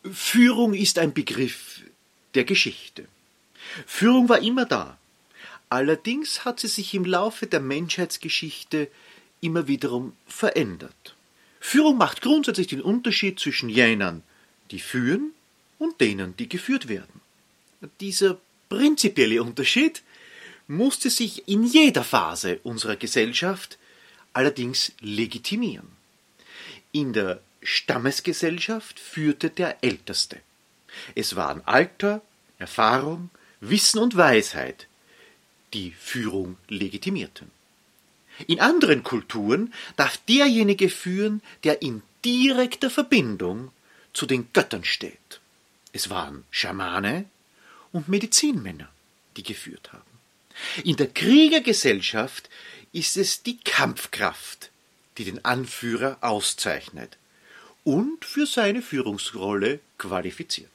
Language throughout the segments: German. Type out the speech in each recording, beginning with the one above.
Führung ist ein Begriff der Geschichte. Führung war immer da. Allerdings hat sie sich im Laufe der Menschheitsgeschichte immer wiederum verändert. Führung macht grundsätzlich den Unterschied zwischen jenen, die führen, und denen, die geführt werden. Dieser prinzipielle Unterschied musste sich in jeder Phase unserer Gesellschaft allerdings legitimieren. In der Stammesgesellschaft führte der Älteste. Es waren Alter, Erfahrung, Wissen und Weisheit, die Führung legitimierten. In anderen Kulturen darf derjenige führen, der in direkter Verbindung zu den Göttern steht. Es waren Schamane und Medizinmänner, die geführt haben. In der Kriegergesellschaft ist es die Kampfkraft, die den Anführer auszeichnet und für seine Führungsrolle qualifiziert.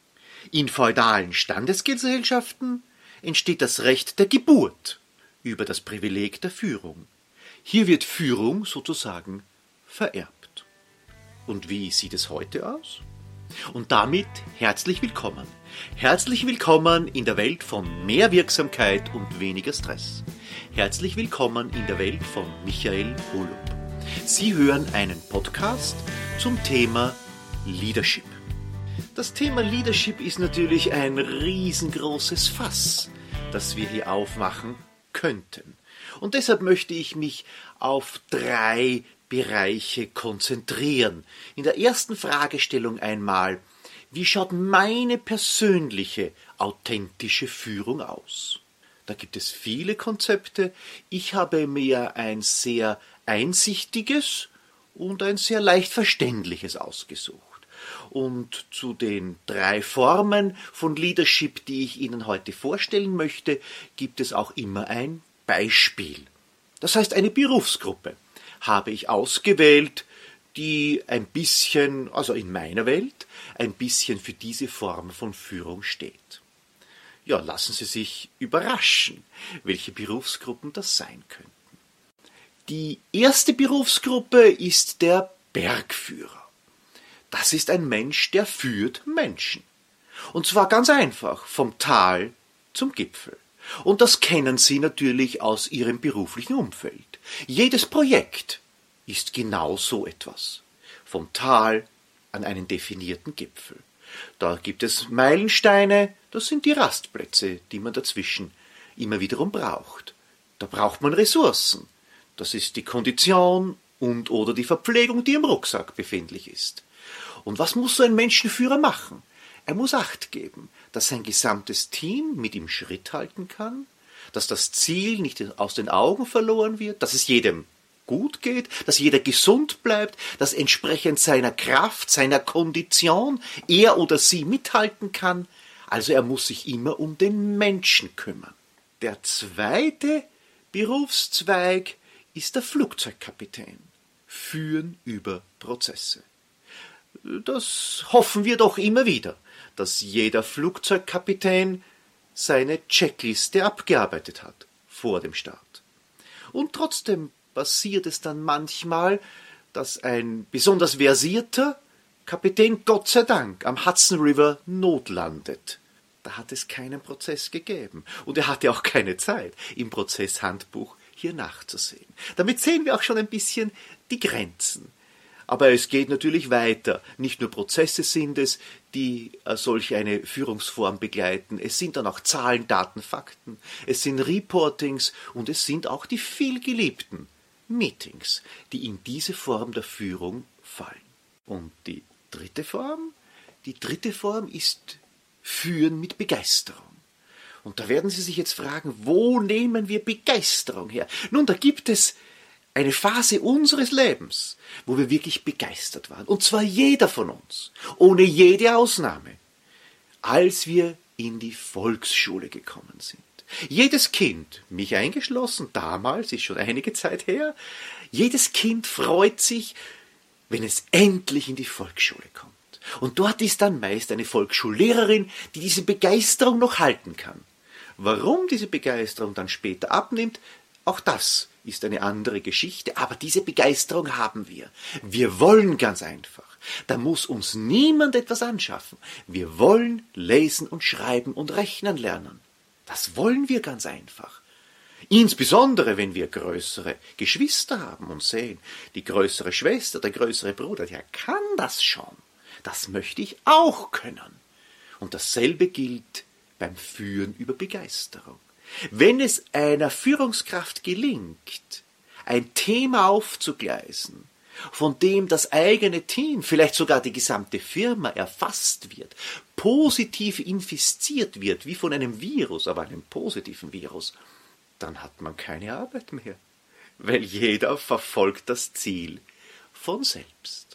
In feudalen Standesgesellschaften entsteht das Recht der Geburt über das Privileg der Führung. Hier wird Führung sozusagen vererbt. Und wie sieht es heute aus? Und damit herzlich willkommen. Herzlich willkommen in der Welt von mehr Wirksamkeit und weniger Stress. Herzlich willkommen in der Welt von Michael Holub. Sie hören einen Podcast zum Thema Leadership. Das Thema Leadership ist natürlich ein riesengroßes Fass, das wir hier aufmachen könnten. Und deshalb möchte ich mich auf 3 Bereiche konzentrieren. In der ersten Fragestellung einmal, wie schaut meine persönliche, authentische Führung aus? Da gibt es viele Konzepte. Ich habe mir ein sehr einsichtiges und ein sehr leicht verständliches ausgesucht. Und zu den 3 Formen von Leadership, die ich Ihnen heute vorstellen möchte, gibt es auch immer ein Beispiel. Das heißt, eine Berufsgruppe habe ich ausgewählt, die ein bisschen, also in meiner Welt, ein bisschen für diese Form von Führung steht. Ja, lassen Sie sich überraschen, welche Berufsgruppen das sein könnten. Die erste Berufsgruppe ist der Bergführer. Das ist ein Mensch, der führt Menschen. Und zwar ganz einfach, vom Tal zum Gipfel. Und das kennen Sie natürlich aus Ihrem beruflichen Umfeld. Jedes Projekt ist genau so etwas. Vom Tal an einen definierten Gipfel. Da gibt es Meilensteine, das sind die Rastplätze, die man dazwischen immer wiederum braucht. Da braucht man Ressourcen. Das ist die Kondition und oder die Verpflegung, die im Rucksack befindlich ist. Und was muss so ein Menschenführer machen? Er muss Acht geben, dass sein gesamtes Team mit ihm Schritt halten kann, dass das Ziel nicht aus den Augen verloren wird, dass es jedem gut geht, dass jeder gesund bleibt, dass entsprechend seiner Kraft, seiner Kondition er oder sie mithalten kann. Also er muss sich immer um den Menschen kümmern. Der zweite Berufszweig ist der Flugzeugkapitän. Führen über Prozesse. Das hoffen wir doch immer wieder, dass jeder Flugzeugkapitän seine Checkliste abgearbeitet hat vor dem Start. Und trotzdem passiert es dann manchmal, dass ein besonders versierter Kapitän Gott sei Dank am Hudson River notlandet. Da hat es keinen Prozess gegeben. Und er hatte auch keine Zeit, im Prozesshandbuch hier nachzusehen. Damit sehen wir auch schon ein bisschen die Grenzen. Aber es geht natürlich weiter. Nicht nur Prozesse sind es, die solch eine Führungsform begleiten. Es sind dann auch Zahlen, Daten, Fakten. Es sind Reportings und es sind auch die vielgeliebten Meetings, die in diese Form der Führung fallen. Und die dritte Form ist Führen mit Begeisterung. Und da werden Sie sich jetzt fragen, wo nehmen wir Begeisterung her? Nun, da gibt es eine Phase unseres Lebens, wo wir wirklich begeistert waren. Und zwar jeder von uns, ohne jede Ausnahme, als wir in die Volksschule gekommen sind. Jedes Kind, mich eingeschlossen, damals, ist schon einige Zeit her, jedes Kind freut sich, wenn es endlich in die Volksschule kommt. Und dort ist dann meist eine Volksschullehrerin, die diese Begeisterung noch halten kann. Warum diese Begeisterung dann später abnimmt, auch das ist eine andere Geschichte, aber diese Begeisterung haben wir. Wir wollen ganz einfach. Da muss uns niemand etwas anschaffen. Wir wollen lesen und schreiben und rechnen lernen. Das wollen wir ganz einfach. Insbesondere, wenn wir größere Geschwister haben und sehen, die größere Schwester, der größere Bruder, der kann das schon. Das möchte ich auch können. Und dasselbe gilt beim Führen über Begeisterung. Wenn es einer Führungskraft gelingt, ein Thema aufzugleisen, von dem das eigene Team, vielleicht sogar die gesamte Firma erfasst wird, positiv infiziert wird, wie von einem Virus, aber einem positiven Virus, dann hat man keine Arbeit mehr, weil jeder verfolgt das Ziel von selbst.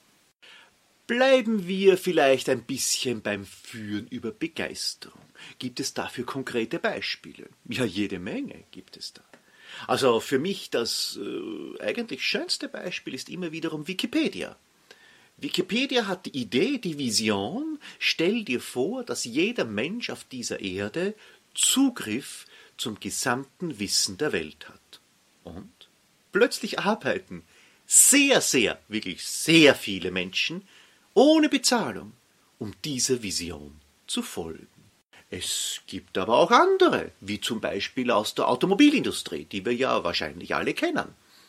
Bleiben wir vielleicht ein bisschen beim Führen über Begeisterung. Gibt es dafür konkrete Beispiele? Ja, jede Menge gibt es da. Also für mich das eigentlich schönste Beispiel ist immer wiederum Wikipedia. Wikipedia hat die Idee, die Vision, stell dir vor, dass jeder Mensch auf dieser Erde Zugriff zum gesamten Wissen der Welt hat. Und plötzlich arbeiten wirklich sehr viele Menschen ohne Bezahlung, um dieser Vision zu folgen. Es gibt aber auch andere, wie zum Beispiel aus der Automobilindustrie, die wir ja wahrscheinlich alle kennen.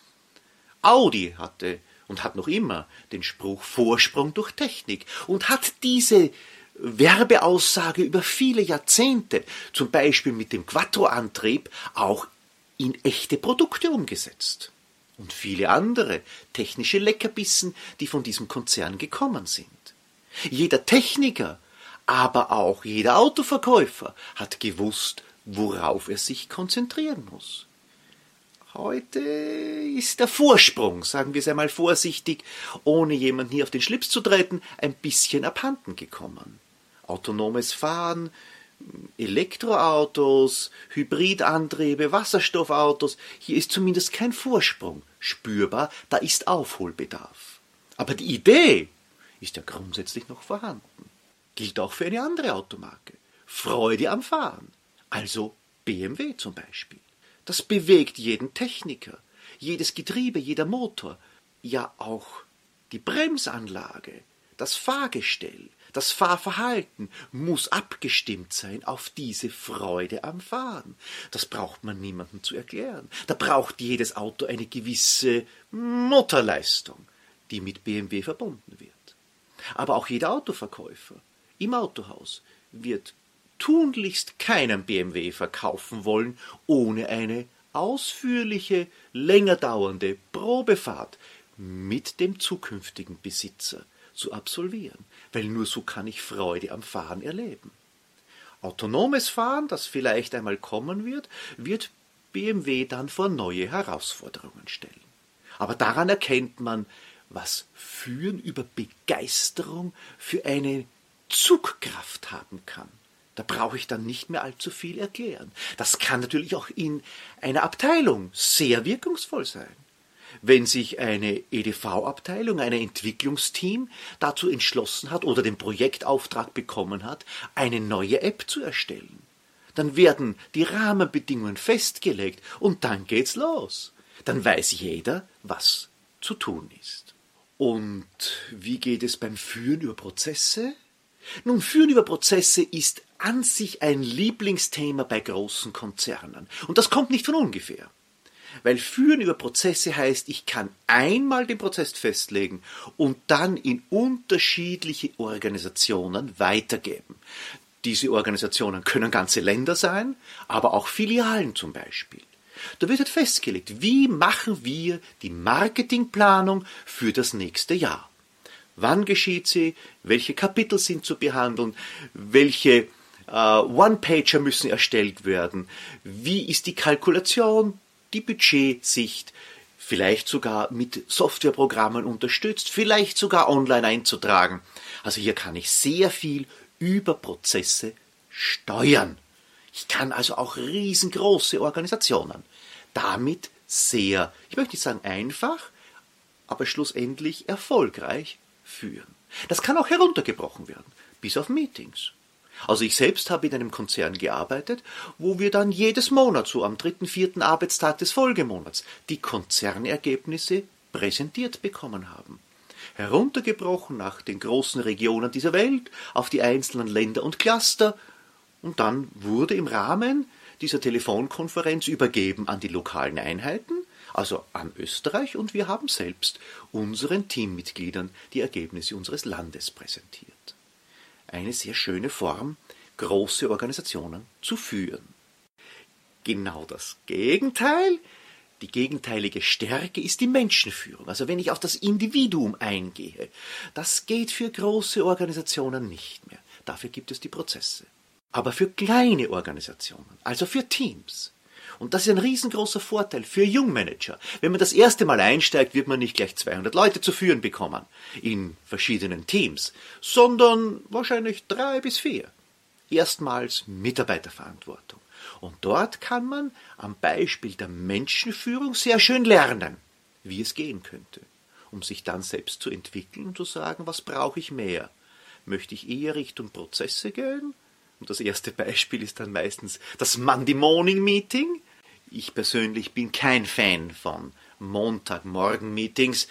Audi hatte und hat noch immer den Spruch Vorsprung durch Technik und hat diese Werbeaussage über viele Jahrzehnte, zum Beispiel mit dem Quattro-Antrieb, auch in echte Produkte umgesetzt. Und viele andere technische Leckerbissen, die von diesem Konzern gekommen sind. Jeder Techniker, aber auch jeder Autoverkäufer hat gewusst, worauf er sich konzentrieren muss. Heute ist der Vorsprung, sagen wir es einmal vorsichtig, ohne jemanden hier auf den Schlips zu treten, ein bisschen abhanden gekommen. Autonomes Fahren, Elektroautos, Hybridantriebe, Wasserstoffautos, hier ist zumindest kein Vorsprung spürbar, da ist Aufholbedarf. Aber die Idee ist ja grundsätzlich noch vorhanden. Gilt auch für eine andere Automarke. Freude am Fahren, also BMW zum Beispiel. Das bewegt jeden Techniker, jedes Getriebe, jeder Motor, ja auch die Bremsanlage, das Fahrgestell, das Fahrverhalten muss abgestimmt sein auf diese Freude am Fahren. Das braucht man niemandem zu erklären. Da braucht jedes Auto eine gewisse Motorleistung, die mit BMW verbunden wird. Aber auch jeder Autoverkäufer im Autohaus wird tunlichst keinen BMW verkaufen wollen, ohne eine ausführliche, länger dauernde Probefahrt mit dem zukünftigen Besitzer zu absolvieren, weil nur so kann ich Freude am Fahren erleben. Autonomes Fahren, das vielleicht einmal kommen wird BMW dann vor neue Herausforderungen stellen. Aber daran erkennt man, was Führen über Begeisterung für eine Zugkraft haben kann. Da brauche ich dann nicht mehr allzu viel erklären. Das kann natürlich auch in einer Abteilung sehr wirkungsvoll sein. Wenn sich eine EDV-Abteilung, ein Entwicklungsteam dazu entschlossen hat oder den Projektauftrag bekommen hat, eine neue App zu erstellen, dann werden die Rahmenbedingungen festgelegt und dann geht's los. Dann weiß jeder, was zu tun ist. Und wie geht es beim Führen über Prozesse? Nun, Führen über Prozesse ist an sich ein Lieblingsthema bei großen Konzernen. Und das kommt nicht von ungefähr. Weil Führen über Prozesse heißt, ich kann einmal den Prozess festlegen und dann in unterschiedliche Organisationen weitergeben. Diese Organisationen können ganze Länder sein, aber auch Filialen zum Beispiel. Da wird halt festgelegt, wie machen wir die Marketingplanung für das nächste Jahr. Wann geschieht sie? Welche Kapitel sind zu behandeln? Welche One-Pager müssen erstellt werden? Wie ist die Kalkulation, die Budgetsicht, vielleicht sogar mit Softwareprogrammen unterstützt, vielleicht sogar online einzutragen? Also hier kann ich sehr viel über Prozesse steuern. Ich kann also auch riesengroße Organisationen damit sehr, ich möchte nicht sagen einfach, aber schlussendlich erfolgreich führen. Das kann auch heruntergebrochen werden, bis auf Meetings. Also ich selbst habe in einem Konzern gearbeitet, wo wir dann jedes Monat, so am 3., 4. Arbeitstag des Folgemonats, die Konzernergebnisse präsentiert bekommen haben. Heruntergebrochen nach den großen Regionen dieser Welt, auf die einzelnen Länder und Cluster, und dann wurde im Rahmen dieser Telefonkonferenz übergeben an die lokalen Einheiten, also an Österreich, und wir haben selbst unseren Teammitgliedern die Ergebnisse unseres Landes präsentiert. Eine sehr schöne Form, große Organisationen zu führen. Genau das Gegenteil, die gegenteilige Stärke ist die Menschenführung. Also wenn ich auf das Individuum eingehe, das geht für große Organisationen nicht mehr. Dafür gibt es die Prozesse. Aber für kleine Organisationen, also für Teams, und das ist ein riesengroßer Vorteil für Jungmanager. Wenn man das erste Mal einsteigt, wird man nicht gleich 200 Leute zu führen bekommen in verschiedenen Teams, sondern wahrscheinlich 3 bis 4. Erstmals Mitarbeiterverantwortung. Und dort kann man am Beispiel der Menschenführung sehr schön lernen, wie es gehen könnte, um sich dann selbst zu entwickeln und zu sagen, was brauche ich mehr? Möchte ich eher Richtung Prozesse gehen? Und das erste Beispiel ist dann meistens das Monday Morning Meeting. Ich persönlich bin kein Fan von Montagmorgen-Meetings.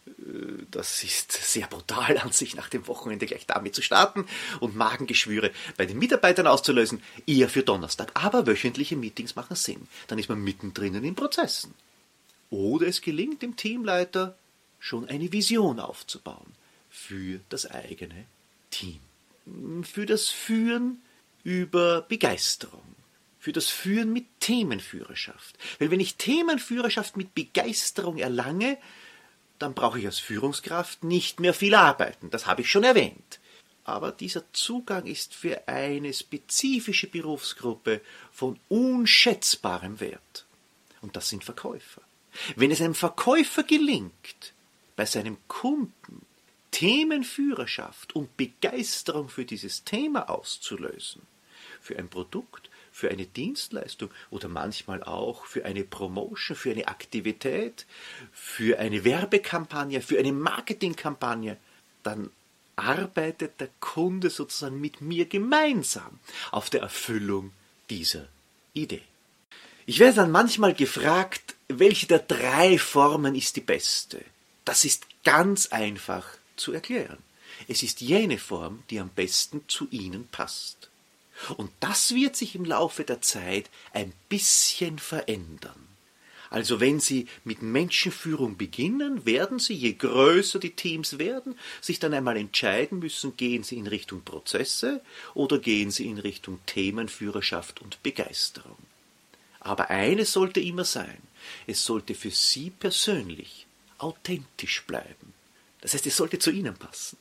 Das ist sehr brutal an sich, nach dem Wochenende gleich damit zu starten und Magengeschwüre bei den Mitarbeitern auszulösen. Eher für Donnerstag. Aber wöchentliche Meetings machen Sinn. Dann ist man mittendrin in Prozessen. Oder es gelingt dem Teamleiter, schon eine Vision aufzubauen für das eigene Team. Für das Führen über Begeisterung, für das Führen mit Themenführerschaft. Weil wenn ich Themenführerschaft mit Begeisterung erlange, dann brauche ich als Führungskraft nicht mehr viel arbeiten, das habe ich schon erwähnt. Aber dieser Zugang ist für eine spezifische Berufsgruppe von unschätzbarem Wert. Und das sind Verkäufer. Wenn es einem Verkäufer gelingt, bei seinem Kunden Themenführerschaft und Begeisterung für dieses Thema auszulösen, für ein Produkt, für eine Dienstleistung oder manchmal auch für eine Promotion, für eine Aktivität, für eine Werbekampagne, für eine Marketingkampagne, dann arbeitet der Kunde sozusagen mit mir gemeinsam auf der Erfüllung dieser Idee. Ich werde dann manchmal gefragt, welche der 3 Formen ist die beste? Das ist ganz einfach zu erklären. Es ist jene Form, die am besten zu Ihnen passt. Und das wird sich im Laufe der Zeit ein bisschen verändern. Also wenn Sie mit Menschenführung beginnen, werden Sie, je größer die Teams werden, sich dann einmal entscheiden müssen, gehen Sie in Richtung Prozesse oder gehen Sie in Richtung Themenführerschaft und Begeisterung. Aber eines sollte immer sein, es sollte für Sie persönlich authentisch bleiben. Das heißt, es sollte zu Ihnen passen.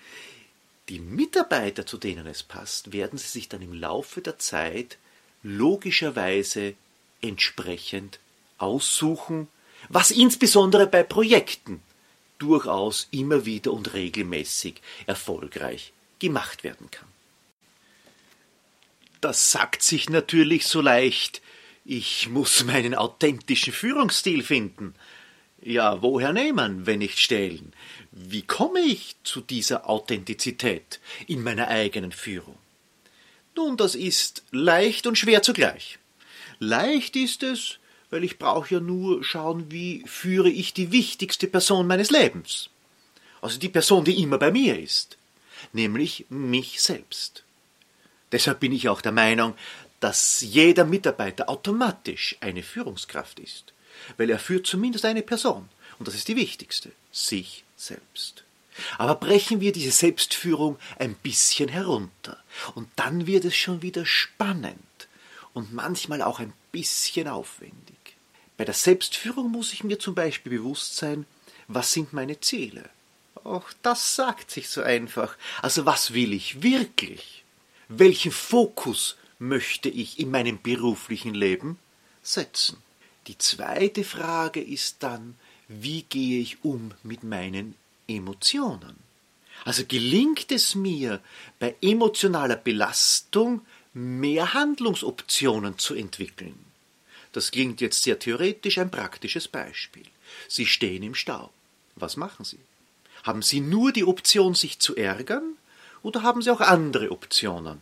Die Mitarbeiter, zu denen es passt, werden Sie sich dann im Laufe der Zeit logischerweise entsprechend aussuchen, was insbesondere bei Projekten durchaus immer wieder und regelmäßig erfolgreich gemacht werden kann. Das sagt sich natürlich so leicht, ich muss meinen authentischen Führungsstil finden. Ja, woher nehmen, wenn nicht stehlen? Wie komme ich zu dieser Authentizität in meiner eigenen Führung? Nun, das ist leicht und schwer zugleich. Leicht ist es, weil ich brauche ja nur schauen, wie führe ich die wichtigste Person meines Lebens. Also die Person, die immer bei mir ist, nämlich mich selbst. Deshalb bin ich auch der Meinung, dass jeder Mitarbeiter automatisch eine Führungskraft ist, weil er führt zumindest eine Person, und das ist die wichtigste, sich selbst. Aber brechen wir diese Selbstführung ein bisschen herunter, und dann wird es schon wieder spannend und manchmal auch ein bisschen aufwendig. Bei der Selbstführung muss ich mir zum Beispiel bewusst sein, was sind meine Ziele? Auch das sagt sich so einfach. Also was will ich wirklich? Welchen Fokus möchte ich in meinem beruflichen Leben setzen? Die zweite Frage ist dann, wie gehe ich um mit meinen Emotionen? Also gelingt es mir, bei emotionaler Belastung mehr Handlungsoptionen zu entwickeln? Das klingt jetzt sehr theoretisch, ein praktisches Beispiel. Sie stehen im Stau. Was machen Sie? Haben Sie nur die Option, sich zu ärgern, oder haben Sie auch andere Optionen?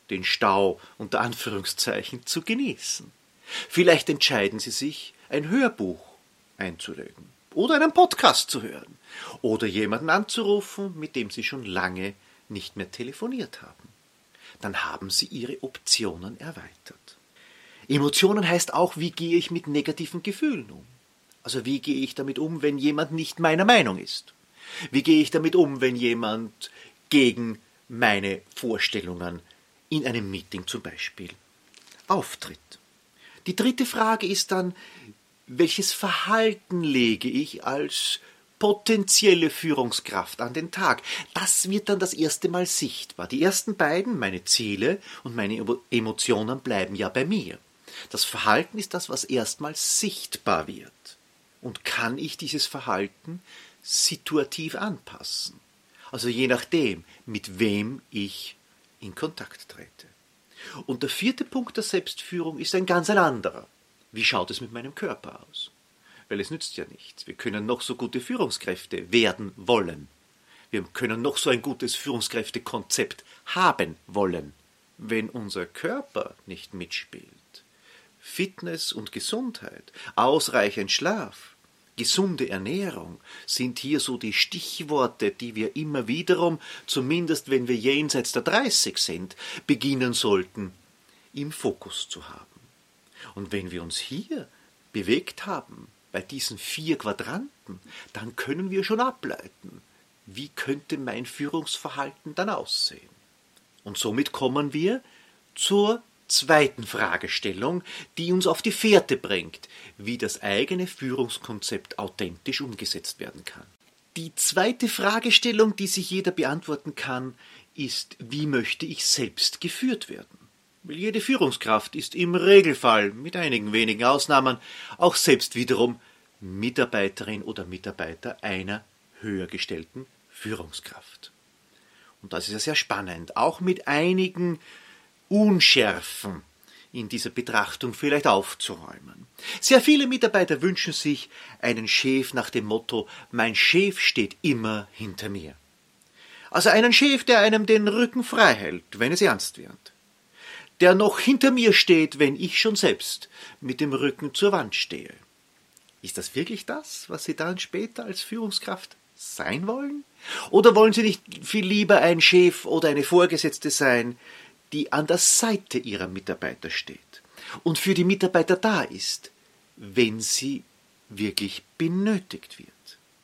den Stau unter Anführungszeichen zu genießen. Vielleicht entscheiden Sie sich, ein Hörbuch einzulegen oder einen Podcast zu hören oder jemanden anzurufen, mit dem Sie schon lange nicht mehr telefoniert haben. Dann haben Sie Ihre Optionen erweitert. Emotionen heißt auch, wie gehe ich mit negativen Gefühlen um? Also wie gehe ich damit um, wenn jemand nicht meiner Meinung ist? Wie gehe ich damit um, wenn jemand gegen meine Vorstellungen in einem Meeting zum Beispiel auftritt? Die dritte Frage ist dann, welches Verhalten lege ich als potenzielle Führungskraft an den Tag? Das wird dann das erste Mal sichtbar. Die ersten beiden, meine Ziele und meine Emotionen, bleiben ja bei mir. Das Verhalten ist das, was erstmals sichtbar wird. Und kann ich dieses Verhalten situativ anpassen? Also je nachdem, mit wem ich in Kontakt trete. Und der vierte Punkt der Selbstführung ist ein ganz anderer. Wie schaut es mit meinem Körper aus? Weil es nützt ja nichts. Wir können noch so gute Führungskräfte werden wollen. Wir können noch so ein gutes Führungskräftekonzept haben wollen, wenn unser Körper nicht mitspielt. Fitness und Gesundheit, ausreichend Schlaf, gesunde Ernährung sind hier so die Stichworte, die wir immer wiederum, zumindest wenn wir jenseits der 30 sind, beginnen sollten, im Fokus zu haben. Und wenn wir uns hier bewegt haben, bei diesen 4 Quadranten, dann können wir schon ableiten, wie könnte mein Führungsverhalten dann aussehen. Und somit kommen wir zur zweiten Fragestellung, die uns auf die Fährte bringt, wie das eigene Führungskonzept authentisch umgesetzt werden kann. Die zweite Fragestellung, die sich jeder beantworten kann, ist, wie möchte ich selbst geführt werden? Weil jede Führungskraft ist im Regelfall, mit einigen wenigen Ausnahmen, auch selbst wiederum Mitarbeiterin oder Mitarbeiter einer höher gestellten Führungskraft. Und das ist ja sehr spannend, auch mit einigen Unschärfen in dieser Betrachtung vielleicht aufzuräumen. Sehr viele Mitarbeiter wünschen sich einen Chef nach dem Motto, mein Chef steht immer hinter mir. Also einen Chef, der einem den Rücken frei hält, wenn es ernst wird. Der noch hinter mir steht, wenn ich schon selbst mit dem Rücken zur Wand stehe. Ist das wirklich das, was Sie dann später als Führungskraft sein wollen? Oder wollen Sie nicht viel lieber ein Chef oder eine Vorgesetzte sein, die an der Seite ihrer Mitarbeiter steht und für die Mitarbeiter da ist, wenn sie wirklich benötigt wird?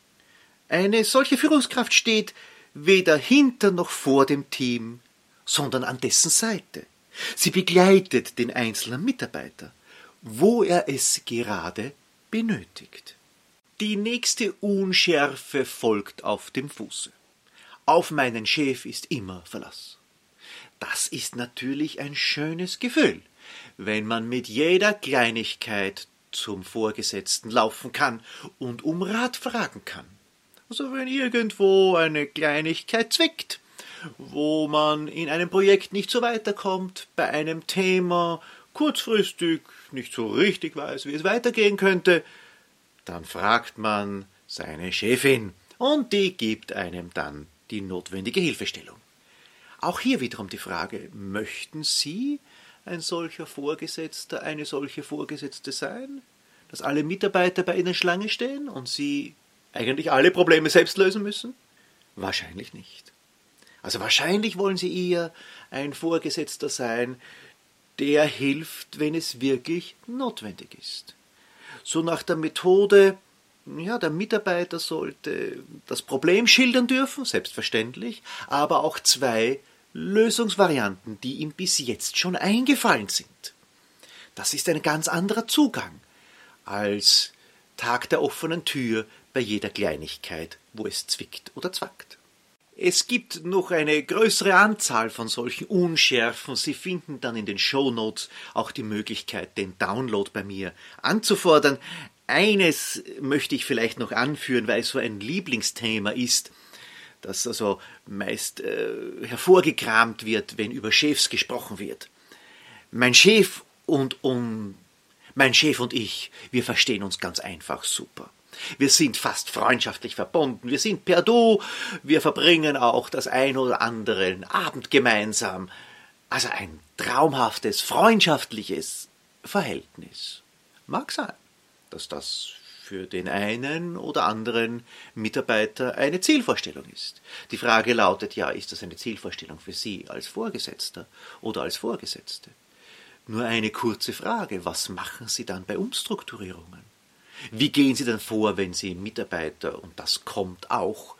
Eine solche Führungskraft steht weder hinter noch vor dem Team, sondern an dessen Seite. Sie begleitet den einzelnen Mitarbeiter, wo er es gerade benötigt. Die nächste Unschärfe folgt auf dem Fuße. Auf meinen Chef ist immer Verlass. Das ist natürlich ein schönes Gefühl, wenn man mit jeder Kleinigkeit zum Vorgesetzten laufen kann und um Rat fragen kann. Also wenn irgendwo eine Kleinigkeit zwickt, wo man in einem Projekt nicht so weiterkommt, bei einem Thema kurzfristig nicht so richtig weiß, wie es weitergehen könnte, dann fragt man seine Chefin und die gibt einem dann die notwendige Hilfestellung. Auch hier wiederum die Frage, möchten Sie ein solcher Vorgesetzter, eine solche Vorgesetzte sein, dass alle Mitarbeiter bei Ihnen Schlange stehen und Sie eigentlich alle Probleme selbst lösen müssen? Wahrscheinlich nicht. Also wahrscheinlich wollen Sie eher ein Vorgesetzter sein, der hilft, wenn es wirklich notwendig ist. So nach der Methode, ja, der Mitarbeiter sollte das Problem schildern dürfen, selbstverständlich, aber auch 2 Lösungsvarianten, die ihm bis jetzt schon eingefallen sind. Das ist ein ganz anderer Zugang als Tag der offenen Tür bei jeder Kleinigkeit, wo es zwickt oder zwackt. Es gibt noch eine größere Anzahl von solchen Unschärfen. Sie finden dann in den Shownotes auch die Möglichkeit, den Download bei mir anzufordern. Eines möchte ich vielleicht noch anführen, weil es so ein Lieblingsthema ist, das also meist hervorgekramt wird, wenn über Chefs gesprochen wird. Mein Chef und ich, wir verstehen uns ganz einfach super. Wir sind fast freundschaftlich verbunden, wir sind per Du, wir verbringen auch das ein oder andere Abend gemeinsam. Also ein traumhaftes, freundschaftliches Verhältnis. Mag sein, dass das für den einen oder anderen Mitarbeiter eine Zielvorstellung ist. Die Frage lautet ja, ist das eine Zielvorstellung für Sie als Vorgesetzter oder als Vorgesetzte? Nur eine kurze Frage, was machen Sie dann bei Umstrukturierungen? Wie gehen Sie dann vor, wenn Sie Mitarbeiter, und das kommt auch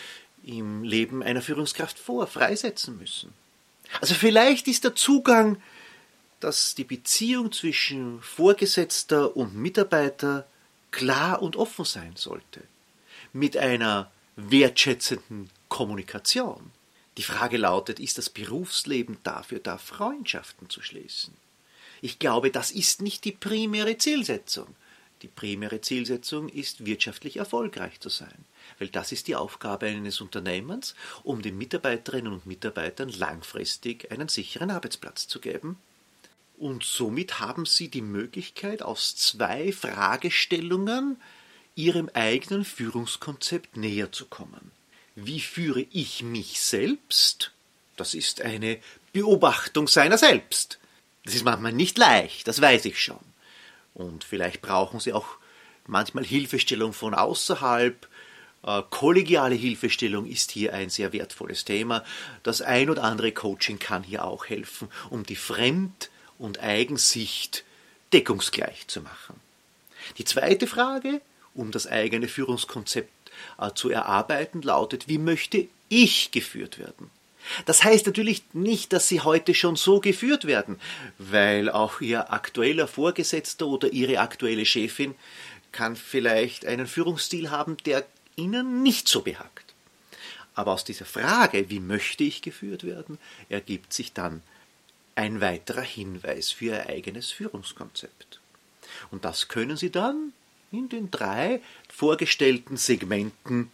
im Leben einer Führungskraft vor, freisetzen müssen? Also vielleicht ist der Zugang, dass die Beziehung zwischen Vorgesetzter und Mitarbeiter klar und offen sein sollte, mit einer wertschätzenden Kommunikation. Die Frage lautet, ist das Berufsleben dafür da, Freundschaften zu schließen? Ich glaube, das ist nicht die primäre Zielsetzung. Die primäre Zielsetzung ist, wirtschaftlich erfolgreich zu sein, weil das ist die Aufgabe eines Unternehmens, um den Mitarbeiterinnen und Mitarbeitern langfristig einen sicheren Arbeitsplatz zu geben. Und somit haben Sie die Möglichkeit, aus 2 Fragestellungen Ihrem eigenen Führungskonzept näher zu kommen. Wie führe ich mich selbst? Das ist eine Beobachtung seiner selbst. Das ist manchmal nicht leicht, das weiß ich schon. Und vielleicht brauchen Sie auch manchmal Hilfestellung von außerhalb. Kollegiale Hilfestellung ist hier ein sehr wertvolles Thema. Das ein oder andere Coaching kann hier auch helfen, um die Fremd- und Eigensicht deckungsgleich zu machen. Die zweite Frage, um das eigene Führungskonzept zu erarbeiten, lautet, wie möchte ich geführt werden? Das heißt natürlich nicht, dass Sie heute schon so geführt werden, weil auch Ihr aktueller Vorgesetzter oder Ihre aktuelle Chefin kann vielleicht einen Führungsstil haben, der Ihnen nicht so behagt. Aber aus dieser Frage, wie möchte ich geführt werden, ergibt sich dann ein weiterer Hinweis für Ihr eigenes Führungskonzept. Und das können Sie dann in den 3 vorgestellten Segmenten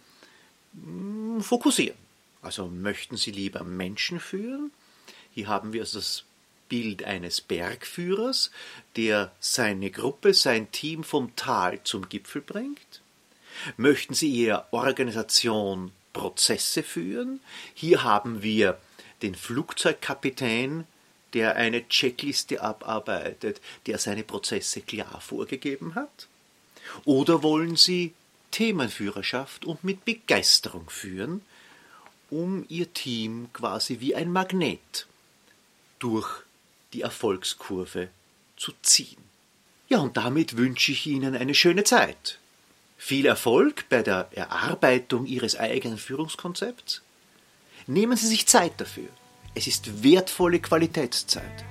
fokussieren. Also möchten Sie lieber Menschen führen? Hier haben wir also das Bild eines Bergführers, der seine Gruppe, sein Team vom Tal zum Gipfel bringt. Möchten Sie eher Organisation, Prozesse führen? Hier haben wir den Flugzeugkapitän, der eine Checkliste abarbeitet, der seine Prozesse klar vorgegeben hat? Oder wollen Sie Themenführerschaft und mit Begeisterung führen, um Ihr Team quasi wie ein Magnet durch die Erfolgskurve zu ziehen? Ja, und damit wünsche ich Ihnen eine schöne Zeit. Viel Erfolg bei der Erarbeitung Ihres eigenen Führungskonzepts. Nehmen Sie sich Zeit dafür. Es ist wertvolle Qualitätszeit,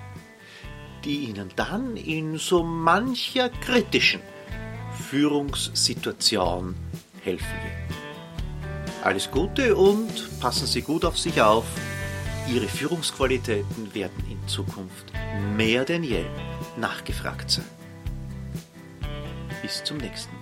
die Ihnen dann in so mancher kritischen Führungssituation helfen wird. Alles Gute und passen Sie gut auf sich auf. Ihre Führungsqualitäten werden in Zukunft mehr denn je nachgefragt sein. Bis zum nächsten Mal.